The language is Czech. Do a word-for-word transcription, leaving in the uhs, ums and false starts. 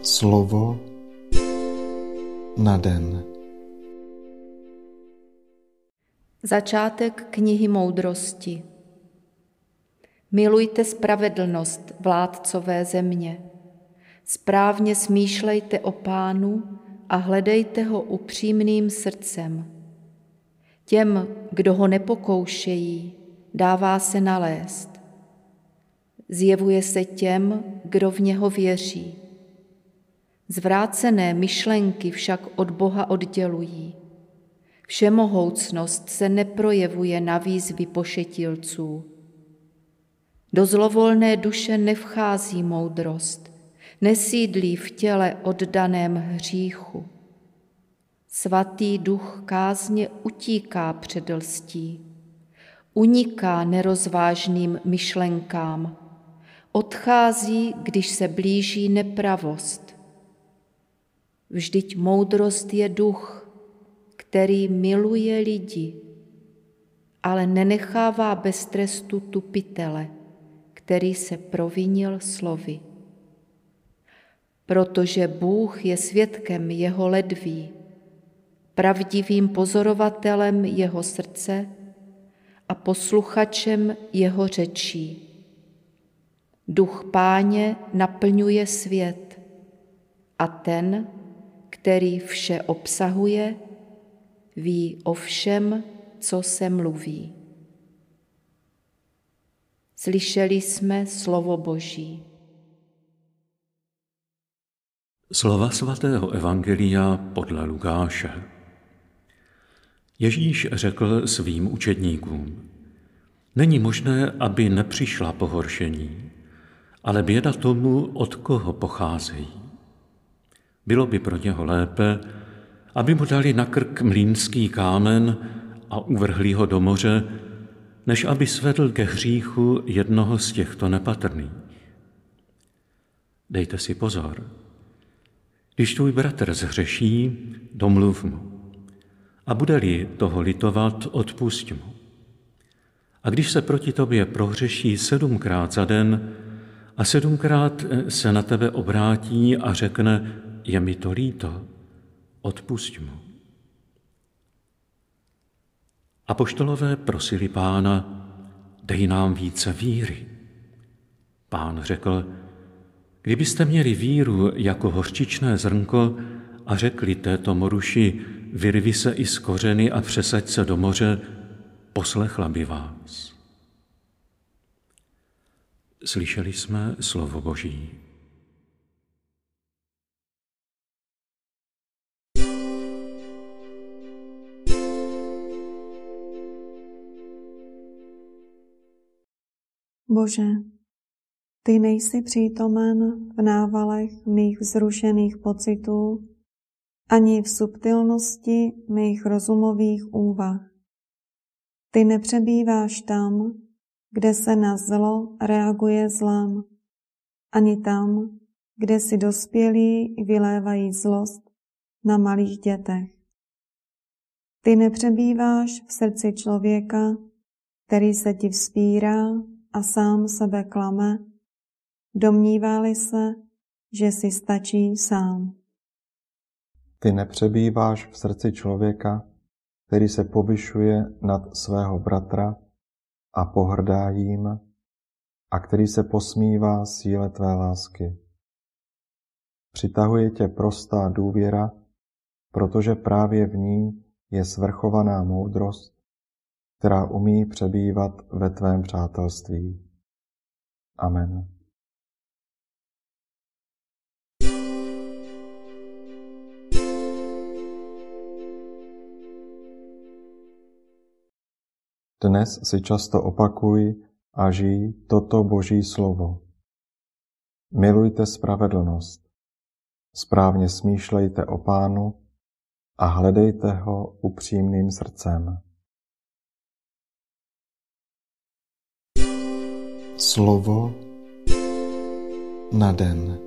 Slovo na den. Začátek knihy moudrosti. Milujte spravedlnost, vládcové země. Správně smýšlejte o Pánu a hledejte ho upřímným srdcem. Těm, kdo ho nepokoušejí, dává se nalézt. Zjevuje se těm, kdo v něho věří. Zvrácené myšlenky však od Boha oddělují. Všemohoucnost se neprojevuje na výzvy pošetilců. Do zlovolné duše nevchází moudrost, nesídlí v těle oddaném hříchu. Svatý duch kázně utíká před lstí, uniká nerozvážným myšlenkám, odchází, když se blíží nepravost. Vždyť moudrost je duch, který miluje lidi, ale nenechává bez trestu tupitele, který se provinil slovy. Protože Bůh je svědkem jeho ledví, pravdivým pozorovatelem jeho srdce a posluchačem jeho řečí. Duch Páně naplňuje svět a ten, který vše obsahuje, ví o všem, co se mluví. Slyšeli jsme slovo Boží. Slova svatého evangelia podle Lukáše. Ježíš řekl svým učedníkům: Není možné, aby nepřišla pohoršení, ale běda tomu, od koho pocházejí. Bylo by pro něho lépe, aby mu dali na krk mlýnský kámen a uvrhli ho do moře, než aby svedl ke hříchu jednoho z těchto nepatrných. Dejte si pozor. Když tvůj bratr zhřeší, domluv mu. A bude-li toho litovat, odpusť mu. A když se proti tobě prohřeší sedmkrát za den a sedmkrát se na tebe obrátí a řekne, je mi to líto, odpusť mu. Apoštolové prosili Pána, dej nám více víry. Pán řekl, kdybyste měli víru jako hořčičné zrnko a řekli této moruši, vyrvi se i z kořeny a přesaď se do moře, poslechla by vás. Slyšeli jsme slovo Boží. Bože, ty nejsi přítomen v návalech mých vzrušených pocitů, ani v subtilnosti mých rozumových úvah. Ty nepřebýváš tam, kde se na zlo reaguje zlem, ani tam, kde si dospělí vylévají zlost na malých dětech. Ty nepřebýváš v srdci člověka, který se ti vzpírá a sám sebe klame, domnívá-li se, že si stačí sám. Ty nepřebýváš v srdci člověka, který se povyšuje nad svého bratra a pohrdá jím a který se posmívá síle tvé lásky. Přitahuje tě prostá důvěra, protože právě v ní je svrchovaná moudrost, která umí přebývat ve tvém přátelství. Amen. Dnes si často opakuj a žij toto Boží slovo. Milujte spravedlnost, správně smýšlejte o Pánu a hledejte ho upřímným srdcem. Slovo na den.